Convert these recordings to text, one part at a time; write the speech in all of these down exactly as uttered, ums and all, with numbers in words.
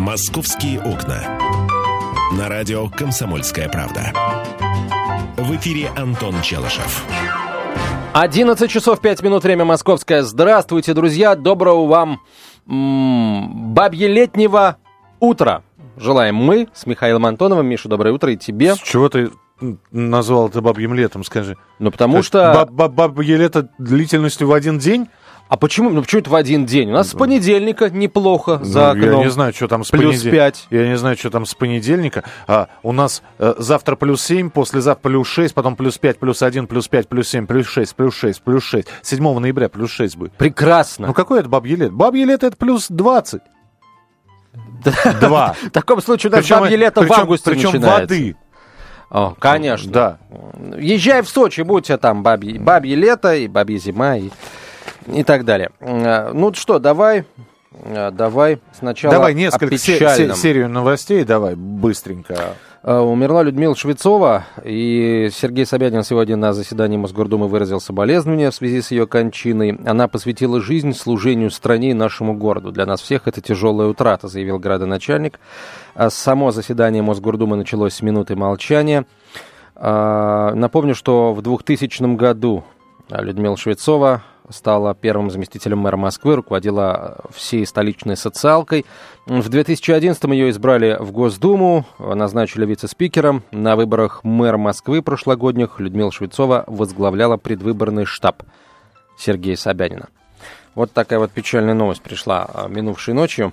«Московские окна». На радио «Комсомольская правда». В эфире Антон Челышев. одиннадцать часов пять минут, время московское. Здравствуйте, друзья. Доброго вам м- бабье-летнего утра. Желаем мы с Михаилом Антоновым. Миша, доброе утро и тебе. С чего ты назвал это бабьим летом, скажи? Ну, потому То что... Баб- баб- бабье лето длительностью в один день? А почему? Ну, почему это в один день? У нас с понедельника неплохо за ну, окном. Я не знаю, что там с плюс понедельника. пять. Я не знаю, что там с понедельника. А, у нас э, завтра плюс семь, послезавтра плюс шесть, потом плюс пять, плюс один, плюс пять, плюс семь, плюс шесть, плюс шесть, плюс шесть. седьмого ноября плюс шесть будет. Прекрасно. Ну, какое это бабье лето? Бабье лето это плюс двадцать. Два. В таком случае у нас бабье лето в августе начинается. Причем воды. О, конечно. Да. Езжай в Сочи, будь у тебя там бабье, бабье лето, и бабья зима, и, и так далее. Ну что, давай, давай сначала Давай несколько о печальном. се- серию новостей, давай быстренько. Умерла Людмила Швецова, и Сергей Собянин сегодня на заседании Мосгордумы выразил соболезнования в связи с ее кончиной. Она посвятила жизнь служению стране и нашему городу. Для нас всех это тяжелая утрата, заявил градоначальник. Само заседание Мосгордумы началось с минуты молчания. Напомню, что в двухтысячном году Людмила Швецова стала первым заместителем мэра Москвы, руководила всей столичной социалкой. В две тысячи одиннадцатом ее избрали в Госдуму, назначили вице-спикером. На выборах мэра Москвы прошлогодних Людмила Швецова возглавляла предвыборный штаб Сергея Собянина. Вот такая вот печальная новость пришла минувшей ночью.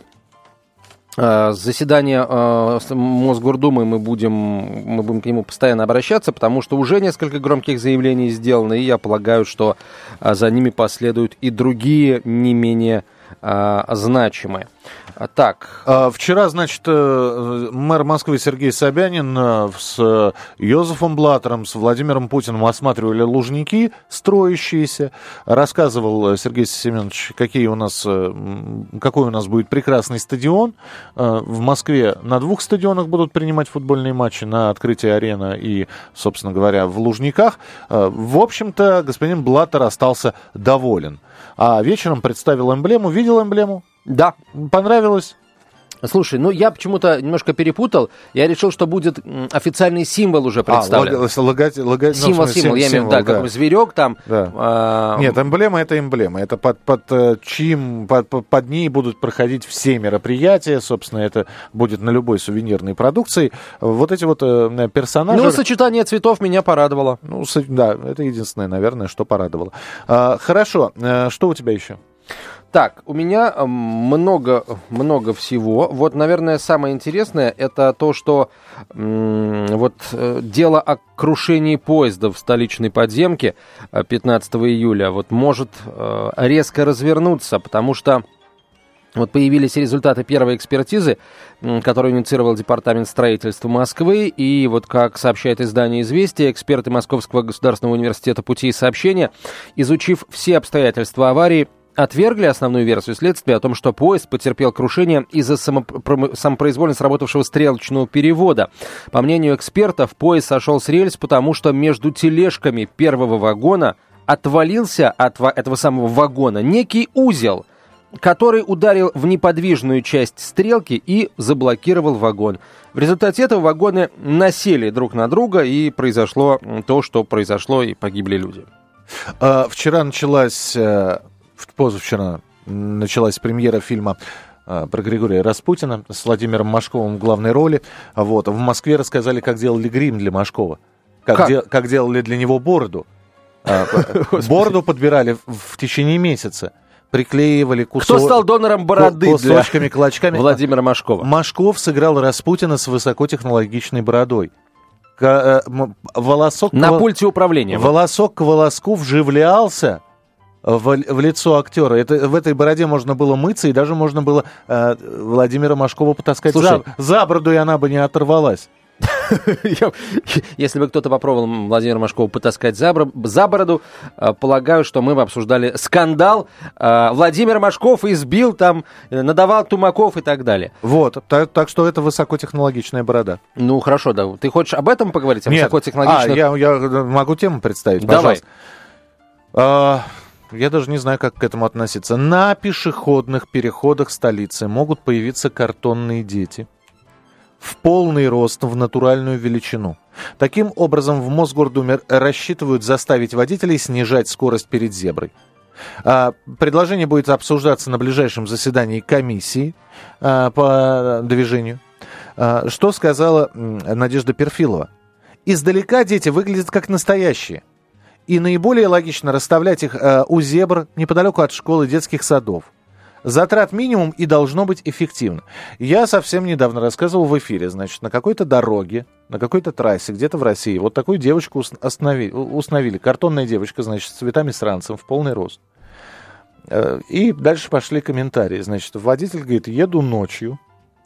Заседание Мосгордумы мы будем, мы будем к нему постоянно обращаться, потому что уже несколько громких заявлений сделано, и я полагаю, что за ними последуют и другие не менее значимые. Так. Вчера, значит, мэр Москвы Сергей Собянин с Йозефом Блаттером, с Владимиром Путиным осматривали Лужники, строящиеся. Рассказывал Сергей Семенович, какие у нас, какой у нас будет прекрасный стадион. В Москве на двух стадионах будут принимать футбольные матчи, на открытии арены и, собственно говоря, в Лужниках. В общем-то, господин Блаттер остался доволен. А вечером представил эмблему. Видел эмблему? Да. Понравилось? Слушай, ну я почему-то немножко перепутал. Я решил, что будет официальный символ уже представлен. А, лого, лого, символ, ну, символ, я имею в виду, да, да, как зверек там. Да. А... Нет, эмблема — это эмблема. Это под, под чьим, под, под ней будут проходить все мероприятия. Собственно, это будет на любой сувенирной продукции. Вот эти вот э, персонажи... Ну, сочетание цветов меня порадовало. Ну, да, это единственное, наверное, что порадовало. А, хорошо, а, что у тебя еще? Так, у меня много, много всего. Вот, наверное, самое интересное, это то, что м- вот э, дело о крушении поезда в столичной подземке пятнадцатого июля вот может э, резко развернуться, потому что вот появились результаты первой экспертизы, которую инициировал Департамент строительства Москвы. И вот, как сообщает издание «Известия», эксперты Московского государственного университета путей сообщения, изучив все обстоятельства аварии, отвергли основную версию следствия о том, что поезд потерпел крушение из-за самопро- самопроизвольно сработавшего стрелочного перевода. По мнению экспертов, поезд сошел с рельс, потому что между тележками первого вагона отвалился от ва- этого самого вагона некий узел, который ударил в неподвижную часть стрелки и заблокировал вагон. В результате этого вагоны насели друг на друга, и произошло то, что произошло, и погибли люди. А, вчера началась... Позавчера началась премьера фильма э, про Григория Распутина с Владимиром Машковым в главной роли. Вот. В Москве рассказали, как делали грим для Машкова. Как, как? Де, как делали для него бороду. Э, бороду подбирали в течение месяца. Приклеивали кусок... Кто стал донором бороды кусочками, клочками. Владимира Машкова? Машков сыграл Распутина с высокотехнологичной бородой. К, э, волосок На к, пульте управления. Волосок к волоску вживлялся В, в лицо актера. Это, в этой бороде можно было мыться, и даже можно было э, Владимира Машкова потаскать за, за бороду, и она бы не оторвалась. Если бы кто-то попробовал Владимира Машкова потаскать за, за бороду, полагаю, что мы бы обсуждали скандал. Владимир Машков избил там, надавал тумаков и так далее. Вот, так, так что это высокотехнологичная борода. Ну, хорошо, да. Ты хочешь об этом поговорить? О Нет. высокотехнологичных... А, я, я могу тему представить, Давай. пожалуйста. я даже не знаю, как к этому относиться. На пешеходных переходах столицы могут появиться картонные дети в полный рост, в натуральную величину. Таким образом, в Мосгордуме рассчитывают заставить водителей снижать скорость перед зеброй. Предложение будет обсуждаться на ближайшем заседании комиссии по движению. Что сказала Надежда Перфилова? Издалека дети выглядят как настоящие. И наиболее логично расставлять их у зебр неподалеку от школ и детских садов. Затрат минимум и должно быть эффективно. Я совсем недавно рассказывал в эфире, значит, на какой-то дороге, на какой-то трассе, где-то в России, вот такую девочку установили, установили. Картонная девочка, значит, с цветами сранцем в полный рост. И дальше пошли комментарии. Значит, водитель говорит, еду ночью,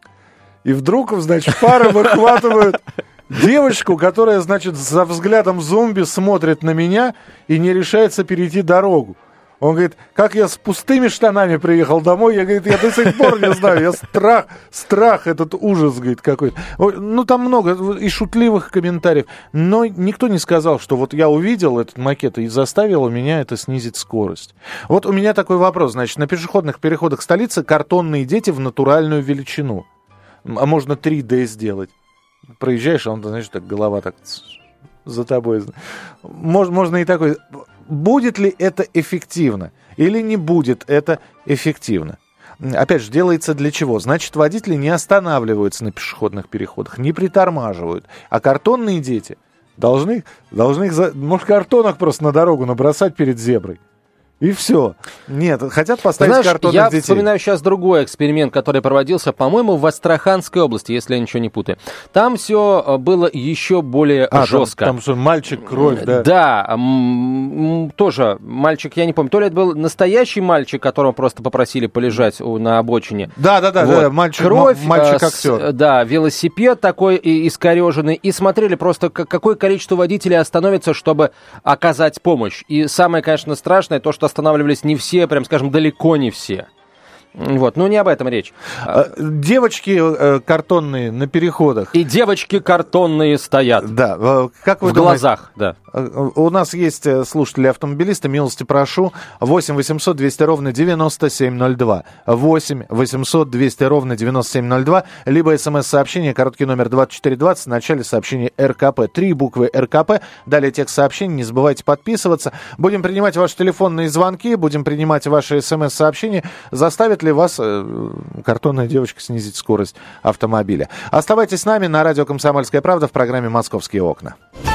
и вдруг, значит, фары выхватывают девочку, которая, значит, за взглядом зомби смотрит на меня и не решается перейти дорогу. Он говорит, как я с пустыми штанами приехал домой, я, говорит, я до сих пор не знаю, я страх, страх, этот ужас, говорит, какой-то. Ну, там много и шутливых комментариев, но никто не сказал, что вот я увидел этот макет и заставило меня это снизить скорость. Вот у меня такой вопрос, значит, на пешеходных переходах столицы картонные дети в натуральную величину. А можно три дэ сделать. Проезжаешь, а он, знаешь, так голова так за тобой. Можно, можно и такой... Будет ли это эффективно или не будет это эффективно? Опять же, делается для чего? Значит, водители не останавливаются на пешеходных переходах, не притормаживают. А картонные дети должны, должны их, за... может, картонок просто на дорогу набросать перед зеброй. И все. Нет, хотят поставить Знаешь, картонных я детей. Я вспоминаю сейчас другой эксперимент, который проводился, по-моему, в Астраханской области, если я ничего не путаю. Там все было еще более а, жестко. Там, там что, мальчик, кровь, да? Да, м- тоже мальчик, я не помню, то ли это был настоящий мальчик, которого просто попросили полежать у, на обочине. Да-да-да, вот. да, мальчик, кровь, мальчик-актер. Да, велосипед такой и, искореженный. И смотрели просто, какое количество водителей остановится, чтобы оказать помощь. И самое, конечно, страшное, то, что останавливались не все, прям скажем, далеко не все. Вот, но не об этом речь. Девочки э, картонные на переходах. И девочки картонные стоят. Да, как вы в думаете, глазах, да. У нас есть слушатели-автомобилисты, милости прошу. восемь восемьсот двести ровно девяносто семь ноль два. восемь восемьсот двести ровно девяносто семь ноль два. Либо смс-сообщение, короткий номер двадцать четыре двадцать, в начале сообщения эр ка пэ. Три буквы эр ка пэ. Далее текст сообщения, не забывайте подписываться. Будем принимать ваши телефонные звонки, будем принимать ваши смс-сообщения. Заставит ли вас э, картонная девочка снизить скорость автомобиля? Оставайтесь с нами на радио «Комсомольская правда» в программе «Московские окна».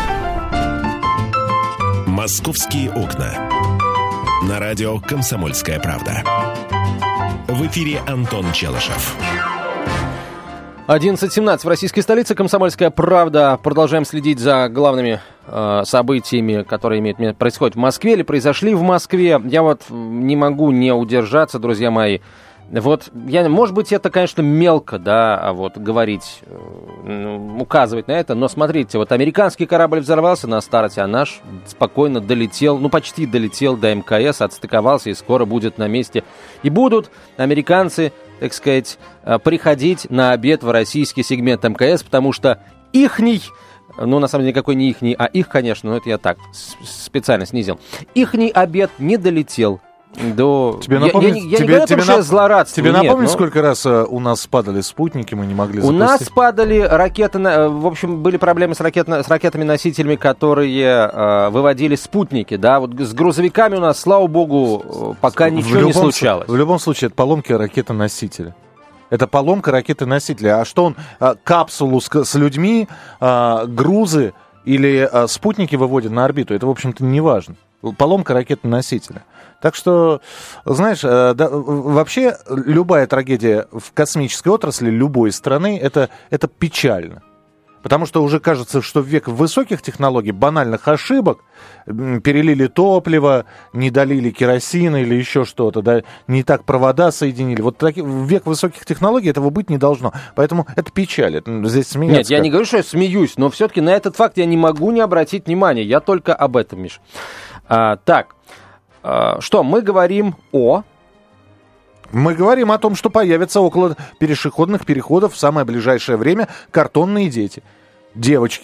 «Московские окна». На радио «Комсомольская правда». В эфире Антон Челышев. одиннадцать семнадцать в российской столице. «Комсомольская правда». Продолжаем следить за главными э, событиями, которые имеют, происходят в Москве или произошли в Москве. Я вот не могу не удержаться, друзья мои. Вот, я, может быть, это, конечно, мелко, да, вот, говорить, э, указывать на это, но смотрите, вот американский корабль взорвался на старте, а наш спокойно долетел, ну, почти долетел до эм ка эс, отстыковался и скоро будет на месте. И будут американцы, так сказать, приходить на обед в российский сегмент эм ка эс, потому что ихний, ну, на самом деле, никакой не ихний, а их, конечно, но это я так специально снизил, ихний обед не долетел до... Тебе напомнить, я, я, я тебе, не говорю, тебе, потому, нап... что я злорадствую. Тебе напомнить, но... сколько раз uh, у нас падали спутники, мы не могли запустить? У нас падали ракеты, в общем, были проблемы с, ракет... с ракетами-носителями, которые uh, выводили спутники, да, вот с грузовиками у нас, слава богу, пока ничего не случалось. В любом случае, это поломки ракеты-носителя. Это поломка ракеты-носителя. А что он, uh, капсулу с, с людьми, uh, грузы или uh, спутники выводит на орбиту, это, в общем-то, не важно. Поломка ракеты-носителя. Так что, знаешь, да, вообще любая трагедия в космической отрасли любой страны это, это печально. Потому что уже кажется, что в век высоких технологий, банальных ошибок, перелили топливо, не долили керосина или еще что-то, да, не так провода соединили. Вот так, в век высоких технологий этого быть не должно. Поэтому это печаль. Это, здесь смеяться. Нет, я как... не говорю, что я смеюсь, но все-таки на этот факт я не могу не обратить внимания. Я только об этом, Миш. А, так, а, что, мы говорим о... Мы говорим о том, что появятся около пешеходных переходов в самое ближайшее время картонные дети. Девочки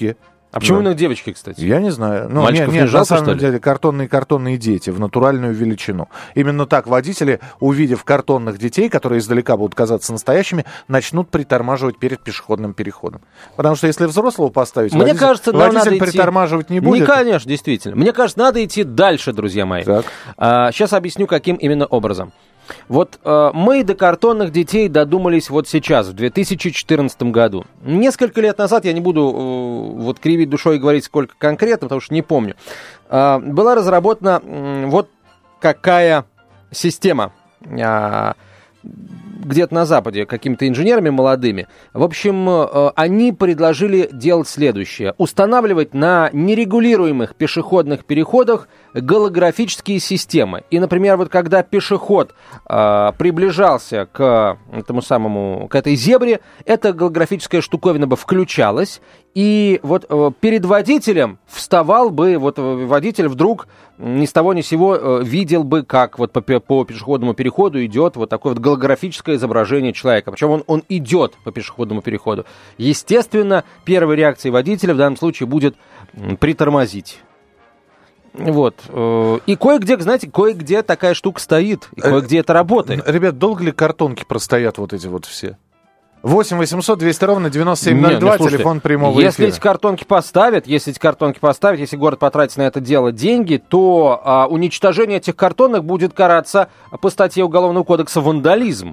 А почему Да. именно девочки, кстати? Я не знаю. Ну, Мальчиков не, не не, жалко, на самом что ли? деле, картонные-картонные дети в натуральную величину. Именно так водители, увидев картонных детей, которые издалека будут казаться настоящими, начнут притормаживать перед пешеходным переходом. Потому что если взрослого поставить, Мне водитель, кажется, нам водитель надо притормаживать идти... не будет. Не, конечно, действительно. Мне кажется, надо идти дальше, друзья мои. Так. А, сейчас объясню, каким именно образом. Вот э, мы до картонных детей додумались вот сейчас, в две тысячи четырнадцатом году. Несколько лет назад, я не буду э, вот кривить душой и говорить сколько конкретно, потому что не помню, э, была разработана э, вот какая система э, где-то на Западе какими-то инженерами молодыми. В общем, э, они предложили делать следующее. Устанавливать на нерегулируемых пешеходных переходах голографические системы. И, например, вот когда пешеход э, приближался к этому самому, к этой зебре, эта голографическая штуковина бы включалась, и вот э, перед водителем вставал бы, вот водитель вдруг ни с того ни с сего э, видел бы, как вот по, по пешеходному переходу идет вот такое вот голографическое изображение человека. Причем он, он идет по пешеходному переходу. Естественно, первой реакцией водителя в данном случае будет м, притормозить. Вот. И кое-где, знаете, кое-где такая штука стоит, и кое-где это работает. Ребят, долго ли картонки простоят вот эти вот все? восемь восемьсот двести ровно девяносто семь ноль два, Не, ну, слушайте, телефон прямого если эфира. эти картонки поставят, если эти картонки поставят, если город потратит на это дело деньги, то а, уничтожение этих картонок будет караться по статье Уголовного кодекса «Вандализм».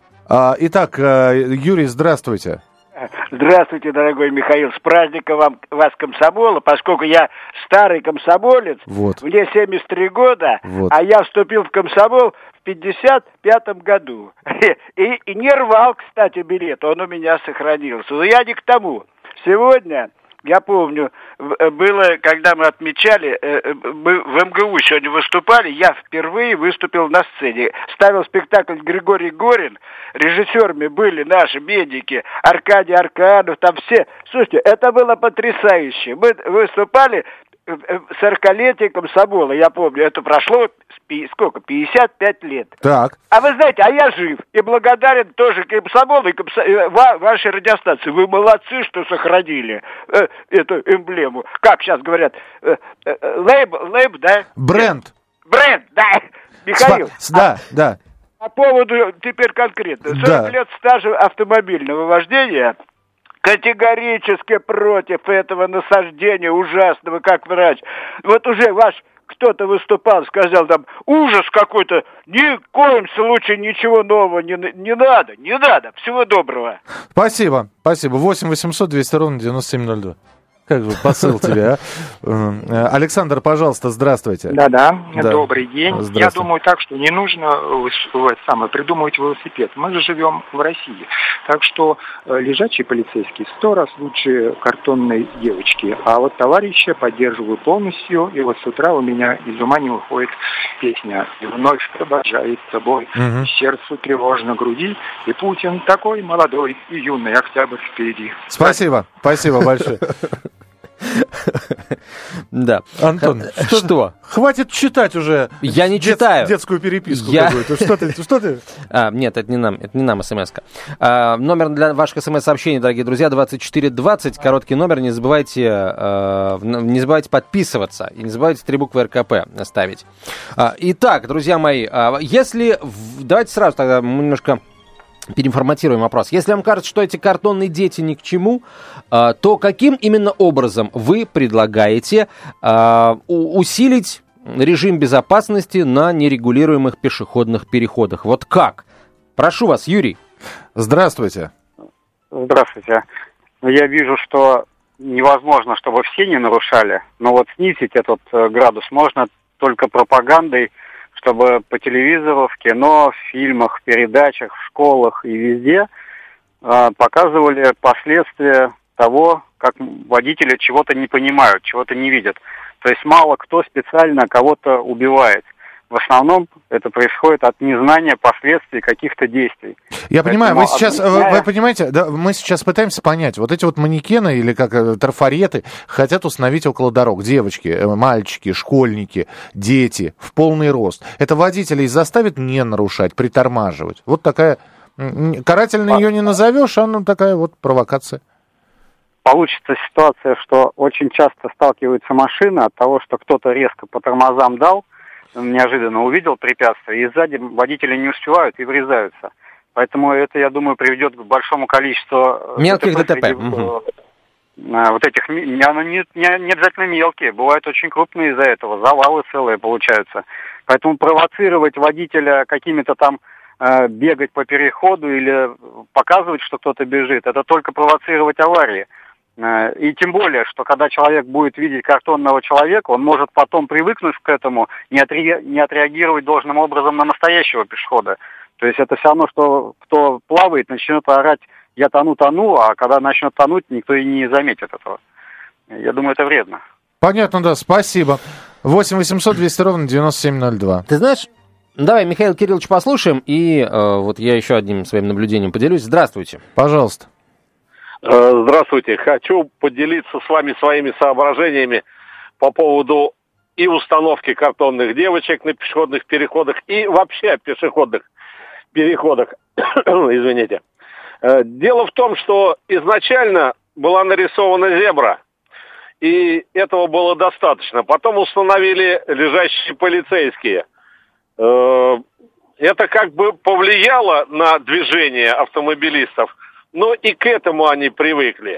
А, итак, Юрий, здравствуйте. Здравствуйте, дорогой Михаил, с праздником вам, вас комсомола, поскольку я старый комсомолец, Вот. мне семьдесят три года, Вот. а я вступил в комсомол в пятьдесят пятом году. И, и не рвал, кстати, билет, он у меня сохранился. Но я не к тому. Сегодня, я помню, было, когда мы отмечали, мы в эм гэ у сегодня выступали, я впервые выступил на сцене. Ставил спектакль Григорий Горин, режиссерами были наши медики, Аркадий Арканов, там все. Слушайте, это было потрясающе. Мы выступали сорокалетие комсомола, я помню, это прошло сколько, пятьдесят пять лет. Так. А вы знаете, а я жив и благодарен тоже комсомолу и комсо... ва- вашей радиостанции. Вы молодцы, что сохранили э, эту эмблему. Как сейчас говорят, э, э, лейб, лейб, да? Бренд. Бренд, да. Михаил, Спа- Да, да. по поводу теперь конкретно. сорок Да. лет стажа автомобильного вождения. Категорически против этого насаждения ужасного, как врач. Вот уже ваш кто-то выступал, сказал там, ужас какой-то, ни в коем случае ничего нового не, не надо, не надо. Всего доброго. Спасибо, спасибо. восемь восемьсот двести ровно девяносто семь ноль два. Как же посыл тебе, а? Александр, пожалуйста, здравствуйте. Да-да, Да. добрый день. Здравствуйте. Я думаю так, что не нужно э, самое, придумывать велосипед. Мы же живем в России. Так что э, лежачий полицейский сто раз лучше картонной девочки. А вот товарища поддерживаю полностью. И вот с утра у меня из ума не выходит песня. И вновь продолжает с собой. Мгм. Сердцу тревожно груди. И Путин такой молодой и юный октябрь впереди. Спасибо, спасибо большое. Да. Антон, Что? Что? Хватит читать уже. Я не дет- читаю. Детскую переписку Я- какую-то. Что ты? Что ты? А, нет, это не нам, это не нам смс-ка. А, номер для ваших смс-сообщений, дорогие друзья, двадцать четыре двадцать, короткий номер, не забывайте, а, не забывайте подписываться, и не забывайте три буквы эр ка пэ ставить. А, итак, друзья мои, а, если, в- давайте сразу тогда мы немножко переформатируем вопрос. Если вам кажется, что эти картонные дети ни к чему, а, то каким именно образом вы предлагаете а, у- усилить режим безопасности на нерегулируемых пешеходных переходах? Вот как? Прошу вас, Юрий. Здравствуйте. Здравствуйте. Я вижу, что невозможно, чтобы все не нарушали, но вот снизить этот э, градус можно только пропагандой, чтобы по телевизору, в кино, в фильмах, в передачах, в школах и везде э, показывали последствия того, как водители чего-то не понимают, чего-то не видят. То есть мало кто специально кого-то убивает. В основном это происходит от незнания последствий каких-то действий. Я понимаю, вы Поэтому сейчас, вы, объясняя- вы понимаете, да, мы сейчас пытаемся понять, вот эти вот манекены или как э, трафареты хотят установить около дорог. Девочки, э, мальчики, школьники, дети в полный рост. Это водителей заставит не нарушать, притормаживать. Вот такая, м, м, карательно ее не назовешь, а ну такая вот провокация. получится ситуация, что очень часто сталкиваются машины от того, что кто-то резко по тормозам дал, неожиданно увидел препятствие, и сзади водители не успевают и врезаются. Поэтому это, я думаю, приведет к большому количеству... Мелких ДТП. Среди, угу. Вот этих, оно не, не, не обязательно мелкие, бывают очень крупные из-за этого, завалы целые получаются. Поэтому провоцировать водителя какими-то там э, бегать по переходу или показывать, что кто-то бежит, это только провоцировать аварии. Э, и тем более, что когда человек будет видеть картонного человека, он может потом привыкнуть к этому, не, отре, не отреагировать должным образом на настоящего пешехода. То есть это все равно, что кто плавает, начнет орать: я тону, тону, а когда начнет тонуть, никто и не заметит этого. Я думаю, это вредно. Понятно, да, спасибо. восемь восемьсот двести ровно девяносто семь ноль два. Ты знаешь, давай Михаил Кириллович послушаем, и э, вот я еще одним своим наблюдением поделюсь. Здравствуйте. Пожалуйста. Здравствуйте. Хочу поделиться с вами своими соображениями по поводу и установки картонных девочек на пешеходных переходах, и вообще пешеходных переходах. Извините. Дело в том, что изначально была нарисована зебра, и этого было достаточно. Потом установили лежащие полицейские. Это как бы повлияло на движение автомобилистов, но и к этому они привыкли.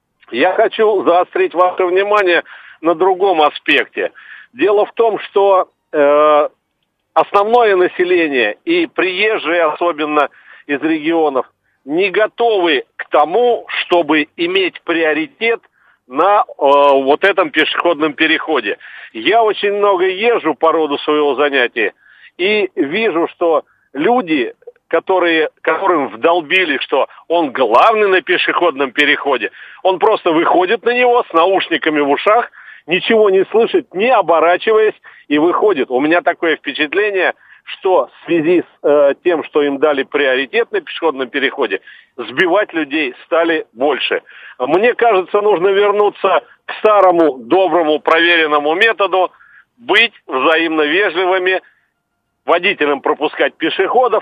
Я хочу заострить ваше внимание на другом аспекте. Дело в том, что э, основное население и приезжие, особенно из регионов, не готовы к тому, чтобы иметь приоритет на э, вот этом пешеходном переходе. Я очень много езжу по роду своего занятия и вижу, что люди, которые, которым вдолбили, что он главный на пешеходном переходе, он просто выходит на него с наушниками в ушах, ничего не слышит, не оборачиваясь, и выходит. У меня такое впечатление, что в связи с э, тем, что им дали приоритет на пешеходном переходе, сбивать людей стали больше. Мне кажется, нужно вернуться к старому, доброму, проверенному методу, быть взаимно вежливыми, водителям пропускать пешеходов,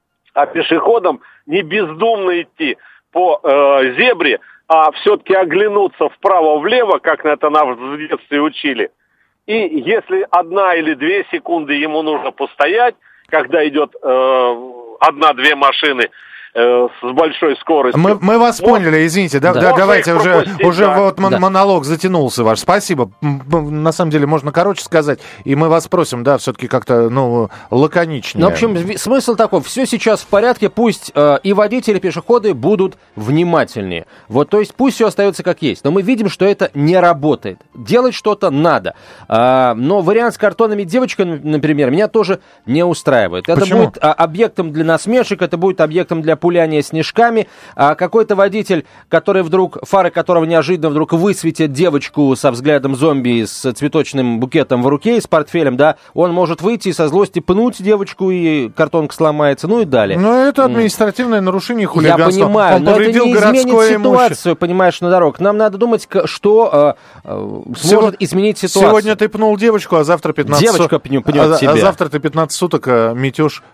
а пешеходам не бездумно идти по э, зебре, а все-таки оглянуться вправо-влево, как на это нас в детстве учили. И если одна или две секунды ему нужно постоять, когда идет э, одна-две машины э, с большой скоростью. Мы, мы вас вот. поняли, извините, да, да. Да, давайте уже, уже да. вот да. монолог затянулся ваш. Спасибо. На самом деле можно короче сказать, и мы вас просим, да, все-таки как-то, ну, лаконичнее. Ну, в общем, смысл такой: все сейчас в порядке, пусть э, и водители, и пешеходы будут внимательнее. Вот, то есть пусть все остается как есть. Но мы видим, что это не работает. Делать что-то надо. А, но вариант с картонными девочками, например, меня тоже не устраивает. Это Почему? будет а, объектом для насмешек, это будет объектом для пуляния снежками. А какой-то водитель, который вдруг, фары которого неожиданно вдруг высветят девочку со взглядом зомби, с цветочным букетом в руке и с портфелем, да, он может выйти и со злости пнуть девочку, и картонка сломается, ну и далее. Но это административное нарушение, хулиганство. Я понимаю, он но это не изменит ситуацию, имущество. Понимаешь, на дорогах. Нам надо думать, что э, э, сможет Сегодня, изменить ситуацию. Сегодня ты пнул девочку, а завтра пятнадцать Девочка пнет а, себя. А завтра ты пятнадцать суток метешь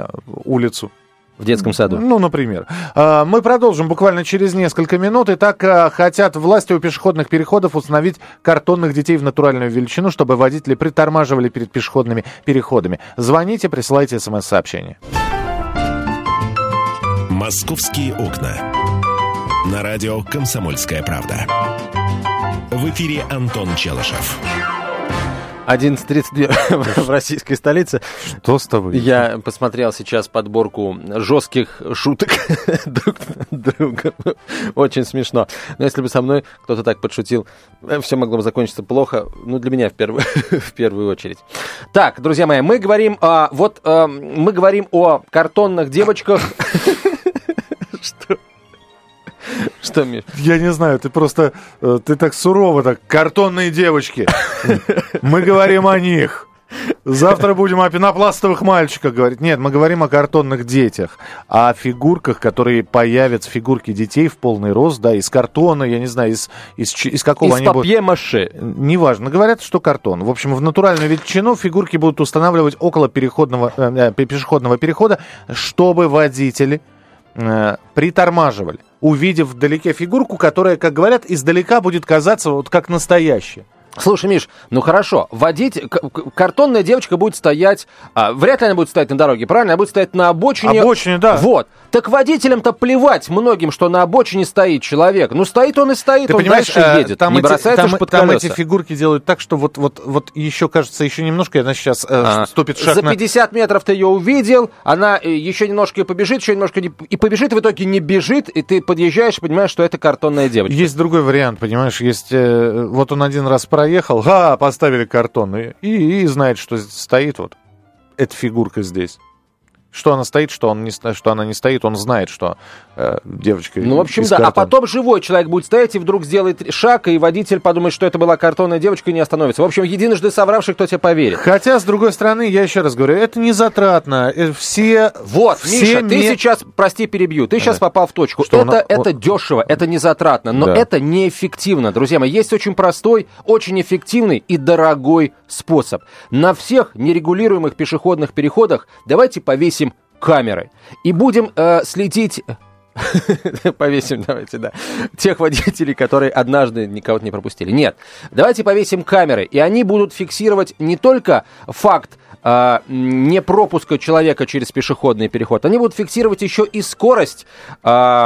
улицу. В детском саду. Ну, например. Мы продолжим буквально через несколько минут. Итак, хотят власти у пешеходных переходов установить картонных детей в натуральную величину, чтобы водители притормаживали перед пешеходными переходами. Звоните, присылайте смс-сообщение. «Московские окна». На радио «Комсомольская правда». В эфире Антон Челышев. одиннадцать тридцать две в российской столице. Что с тобой? Я посмотрел сейчас подборку жестких шуток друг на друга. Очень смешно. Но если бы со мной кто-то так подшутил, все могло бы закончиться плохо. Ну, для меня в первую, в первую очередь. Так, друзья мои, мы говорим, а, вот а, мы говорим о картонных девочках. Что? Что, Миш? Я не знаю, ты просто, ты так сурово, так, картонные девочки. Мы говорим о них. Завтра будем о пенопластовых мальчиках говорить. Нет, мы говорим о картонных детях. О фигурках, которые появятся, фигурки детей в полный рост, да, из картона, я не знаю, из, из, из какого из они будут. Из папье-маше. Неважно, говорят, что картон. В общем, в натуральную величину фигурки будут устанавливать около переходного, э, пешеходного перехода, чтобы водители э, притормаживали, увидев вдалеке фигурку, которая, как говорят, издалека будет казаться вот как настоящая. Слушай, Миш, ну хорошо, водить, картонная девочка будет стоять, а, вряд ли она будет стоять на дороге, правильно? Она будет стоять на обочине. Обочине, да. Вот. Так водителям-то плевать многим, что на обочине стоит человек. Ну, стоит он и стоит, Ты он понимаешь, дальше едет, там не эти, бросается там, уж под там колеса. эти фигурки делают так, что вот, вот, вот еще, кажется, еще немножко, она сейчас э, А, ступит шаг за на... пятьдесят метров ты ее увидел, она э, еще немножко и побежит, еще немножко не... и побежит, и в итоге не бежит, и ты подъезжаешь и понимаешь, что это картонная девочка. Есть другой вариант, понимаешь, есть... Э, вот он один раз проехал, га, поставили картон, и, и, и знает, что стоит вот эта фигурка здесь. Что она стоит, что, он не, что она не стоит, он знает, что э, девочка... Ну, в общем, да. картона. А потом живой человек будет стоять и вдруг сделает шаг, и водитель подумает, что это была картонная девочка, и не остановится. В общем, единожды совравший, кто тебе поверит. Хотя, с другой стороны, я еще раз говорю, это не затратно. Все... Вот, все Миша, не... ты сейчас, прости, перебью, ты сейчас попал в точку. Что это, она- это дешево, это не затратно, но Да. это неэффективно. Друзья мои, есть очень простой, очень эффективный и дорогой способ. На всех нерегулируемых пешеходных переходах давайте повесим камеры. И будем э, следить... Повесим, давайте, да. Тех водителей, которые однажды никого не пропустили. Нет. Давайте повесим камеры, и они будут фиксировать не только факт э, непропуска человека через пешеходный переход, они будут фиксировать еще и скорость э,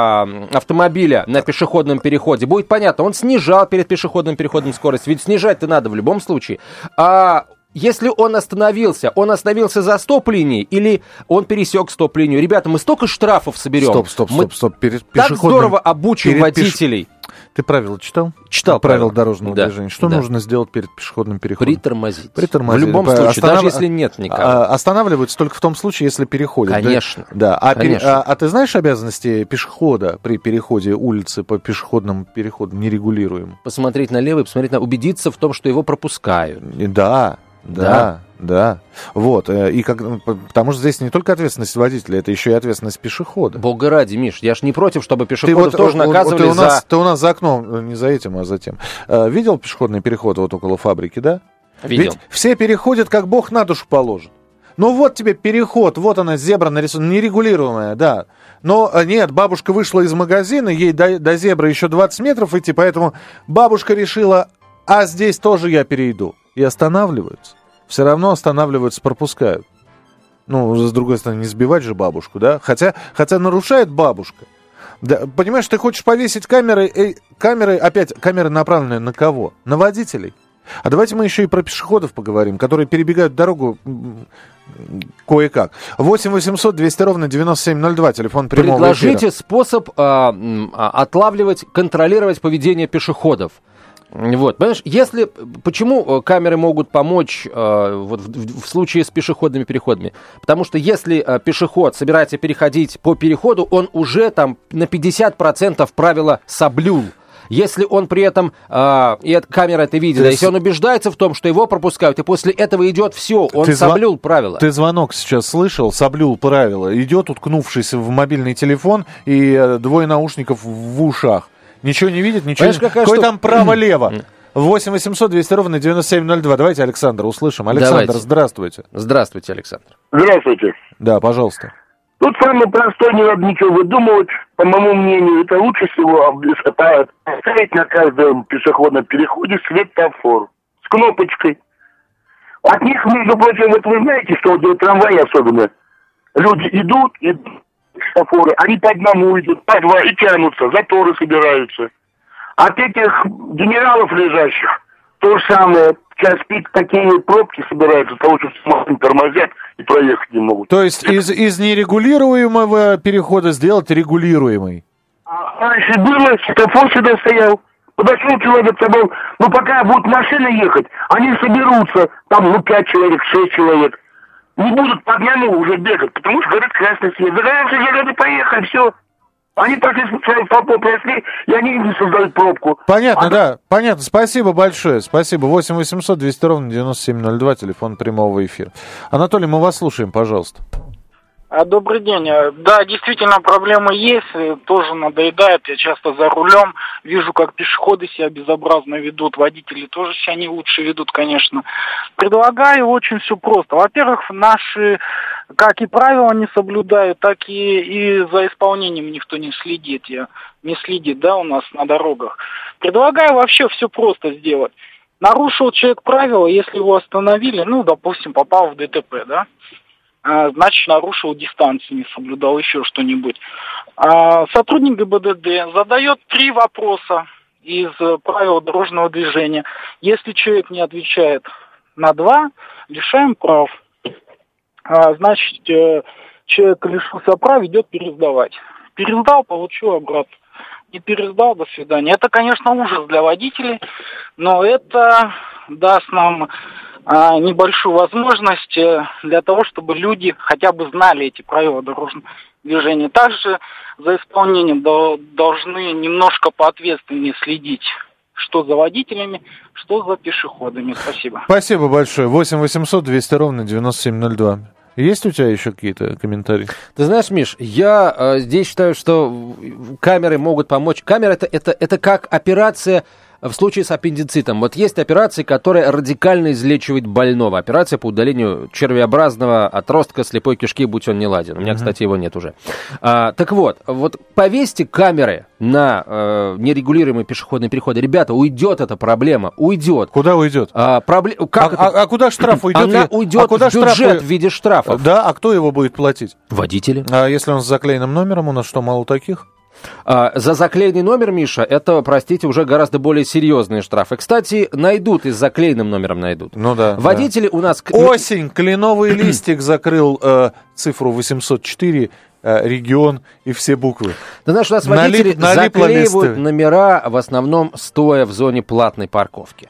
автомобиля на пешеходном переходе. Будет понятно, он снижал перед пешеходным переходом скорость, ведь снижать-то надо в любом случае. А если он остановился, он остановился за стоп-линией или он пересек стоп-линию? Ребята, мы столько штрафов соберем. Стоп, стоп, Мы стоп, стоп. Перед так пешеходным- здорово обучим перед водителей. пеш- Ты правила читал? Читал правила правила. дорожного Да, движения. Что да. нужно сделать перед пешеходным переходом? Притормозить. Притормозить. В любом По- случае, останов- даже если нет никого. А, Останавливаются только в том случае, если переходят. да? Конечно. Да. А, пере- Конечно. а- а ты знаешь обязанности пешехода при переходе улицы по пешеходным переходам нерегулируемым? Посмотреть налево и посмотреть на... Убедиться в том, что его пропускают. И Да, да, да. Вот. э, И как, потому что здесь не только ответственность водителя, это еще и ответственность пешехода. Бога ради, Миш, я ж не против, чтобы Ты пешеходов вот, тоже вот, наказывали ты у нас, за... ты у нас за окном, не за этим, а за тем. Э, Видел пешеходный переход вот около фабрики, да? Видел. Ведь все переходят, как Бог на душу положит. Ну вот тебе переход, вот она, зебра нарисована, нерегулируемая, да. Но э, нет, бабушка вышла из магазина, ей до, до зебры еще двадцать метров идти, поэтому бабушка решила, а здесь тоже я перейду. И останавливаются. Все равно останавливаются, пропускают. Ну, с другой стороны, не сбивать же бабушку, да? Хотя, хотя нарушает бабушка. Да, понимаешь, ты хочешь повесить камеры, э, камеры, опять, камеры направленные на кого? На водителей. А давайте мы еще и про пешеходов поговорим, которые перебегают дорогу м, кое-как. восемь восемьсот двести ровно девяносто семь ноль два, телефон прямого Предложите эфира. способ а, м, а, отлавливать, контролировать поведение пешеходов. Вот, понимаешь, если... Почему камеры могут помочь э, вот в, в- в случае с пешеходными переходами? Потому что если э, пешеход собирается переходить по переходу, он уже там на пятьдесят процентов правила соблюл. Если он при этом, э, и эта камера это видит, Ты если с- он убеждается в том, что его пропускают, и после этого идет все, он Ты зва- соблюл правила. Ты звонок сейчас слышал, соблюл правила. Идет, уткнувшись в мобильный телефон, и э, двое наушников в ушах. Ничего не видит, ничего Понимаешь, не... какая Какой штука? там право-лево? восемь восемьсот двести ровно девяносто семь ноль два. Давайте Александра услышим. Александр, Давайте. здравствуйте. Здравствуйте, Александр. Здравствуйте. Да, пожалуйста. Тут самый простой, не надо ничего выдумывать. По моему мнению, это лучше всего поставить на каждом пешеходном переходе светофор с кнопочкой. От них, между прочим, вот вы знаете, что вот трамваи особенно. Люди идут, идут, светофоры, они по одному идут, по два и тянутся, заторы собираются. От этих генералов лежащих то же самое. Час пик такие пробки собираются, того, что самолеты тормозят и проехать не могут. То есть из, из нерегулируемого перехода сделать регулируемый? А раньше было, светофор всегда стоял. Подошел человек, собрал. Ну, пока будут машины ехать, они соберутся, там, ну, пять человек, шесть человек. Не будут по одному уже бегать, потому что горит красный свет. Загорелся, я поехали, все. Они пошли своей толпой прошли, и они не создают пробку. Понятно, А- да, понятно. Спасибо большое, спасибо. восемь восемьсот двести ровно девяносто семь ноль два, телефон прямого эфира. Анатолий, мы вас слушаем, пожалуйста. Добрый день. Да, действительно, проблемы есть, тоже надоедает. Я часто за рулем вижу, как пешеходы себя безобразно ведут, водители тоже себя не лучше ведут, конечно. Предлагаю очень все просто. Во-первых, наши, как и правила не соблюдают, так и, и за исполнением никто не следит, не следит, да, у нас на дорогах. Предлагаю вообще все просто сделать. Нарушил человек правила, если его остановили, ну, допустим, попал в ДТП, да, значит, нарушил дистанцию, не соблюдал еще что-нибудь. Сотрудник ГИБДД задает три вопроса из правил дорожного движения. Если человек не отвечает на два, лишаем прав. Значит, человек лишился прав, идет пересдавать. Пересдал, получил обратно. Не пересдал, до свидания. Это, конечно, ужас для водителей, но это даст нам а, небольшую возможность для того, чтобы люди хотя бы знали эти правила дорожного движения. Также за исполнением до, должны немножко поответственнее следить, что за водителями, что за пешеходами. Спасибо. Спасибо большое. восемь восемьсот двести ровно девяносто семь ноль два. Есть у тебя еще какие-то комментарии? Ты знаешь, Миш, я э, здесь считаю, что камеры могут помочь. Камера это, это, это как операция в случае с аппендицитом. Вот есть операция, которая радикально излечивает больного. Операция по удалению червеобразного отростка слепой кишки, будь он не ладен. У меня, mm-hmm. кстати, его нет уже. А, так вот, вот повесьте камеры на э, нерегулируемые пешеходные переходы. Ребята, уйдет эта проблема, уйдет. Куда уйдет? А, пробле... как а, а, а куда штраф уйдет? Она уйдет а куда в бюджет штрафы... в виде штрафов. Да, а кто его будет платить? Водители. А если он с заклеенным номером, у нас что, мало таких? А, за заклеенный номер, Миша, это, простите, уже гораздо более серьезные штрафы. Кстати, найдут и с заклеенным номером найдут. Ну да. Водители да. у нас... Осень, кленовый листик закрыл э, цифру восемьсот четыре, э, регион и все буквы. Ты знаешь, у нас водители налип, заклеивают номера в основном стоя в зоне платной парковки.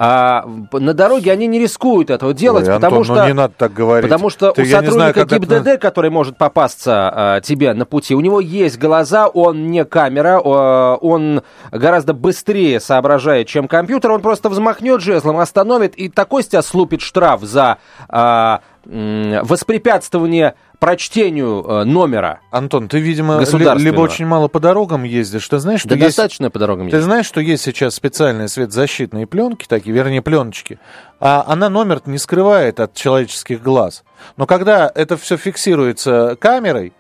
А на дороге они не рискуют этого делать, Ой, потому Антон, что, ну не надо так говорить. Потому что Ты, у сотрудника знаю, ГИБДД, это... который может попасться а, тебе на пути, у него есть глаза, он не камера, а, он гораздо быстрее соображает, чем компьютер, он просто взмахнет жезлом, остановит, и такой с тебя слупит штраф за а, м, воспрепятствование прочтению э, номера. Антон, ты, видимо, ли, либо очень мало по дорогам ездишь. Ты знаешь, что да есть... достаточно по дорогам Ты ездишь. знаешь, что есть сейчас специальные светозащитные пленки, такие, вернее, пленочки, а она номер не скрывает от человеческих глаз. Но когда это все фиксируется камерой,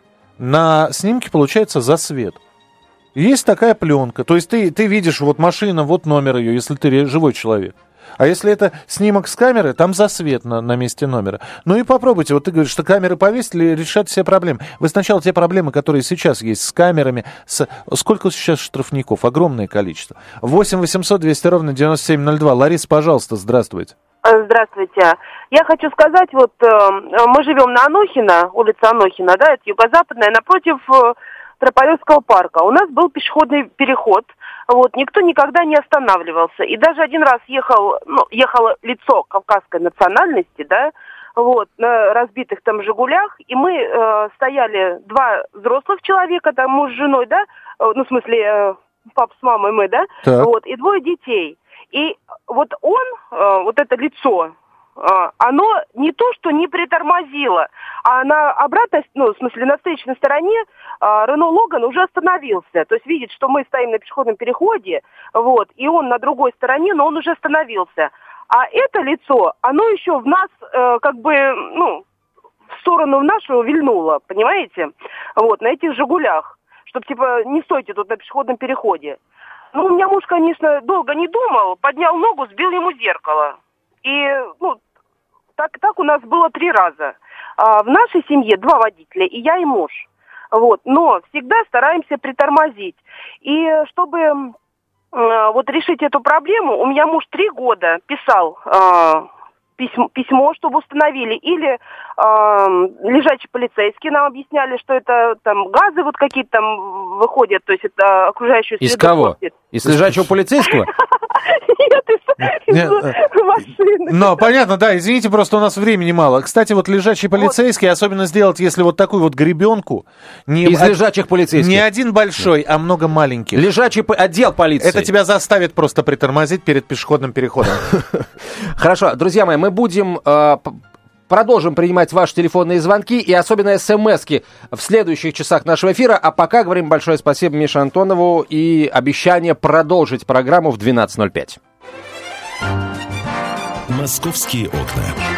на снимке получается засвет. Есть такая пленка. То есть ты, ты видишь, вот машина, вот номер ее, если ты живой человек. А если это снимок с камеры, там засвет на, на месте номера. Ну и попробуйте. Вот ты говоришь, что камеры повесили, решат все проблемы. Вы сначала те проблемы, которые сейчас есть с камерами. С... Сколько сейчас штрафников? Огромное количество. восемь восемьсот двести ровно девяносто семь ноль два. Лариса, пожалуйста, здравствуйте. Здравствуйте. Я хочу сказать, вот мы живем на Анохина, улица Анохина, да, это юго-западная, напротив Трополевского парка. У нас был пешеходный переход. Вот, никто никогда не останавливался. И даже один раз ехал, ну, ехало лицо кавказской национальности, да, вот, на разбитых там «Жигулях», и мы э, стояли, два взрослых человека, там муж с женой, да, ну, в смысле, э, папа с мамой мы, да, так. Вот, и двое детей. И вот он, э, вот это лицо, оно не то, что не притормозило, а на обратной, ну, в смысле, на встречной стороне Рено Логан уже остановился. То есть видит, что мы стоим на пешеходном переходе, вот, и он на другой стороне, но он уже остановился. А это лицо, оно еще в нас, э, как бы, ну, в сторону в нашу вильнуло, понимаете? Вот, на этих «Жигулях», чтобы, типа, не стойте тут на пешеходном переходе. Ну, у меня муж, конечно, долго не думал, поднял ногу, сбил ему зеркало. И, ну, так, так у нас было три раза. А в нашей семье два водителя, и я, и муж. Вот, но всегда стараемся притормозить. И чтобы э, вот решить эту проблему, у меня муж три года писал э, письмо, письмо, чтобы установили. Или э, лежачие полицейские нам объясняли, что это там газы вот какие-то там выходят, то есть это окружающую среду. Из кого? Из лежачего полицейского? Нет, из машины. Но понятно, да, извините, просто у нас времени мало. Кстати, вот лежачий полицейский, вот. Особенно сделать, если вот такую вот гребенку. Не из од... лежачих полицейских. Не один большой, а много маленьких. Лежачий по... отдел полиции. Это тебя заставит просто притормозить перед пешеходным переходом. Хорошо, друзья мои, мы будем... продолжим принимать ваши телефонные звонки и особенно смски в следующих часах нашего эфира. А пока говорим большое спасибо Мише Антонову и обещание продолжить программу в двенадцать ноль пять. «Московские окна».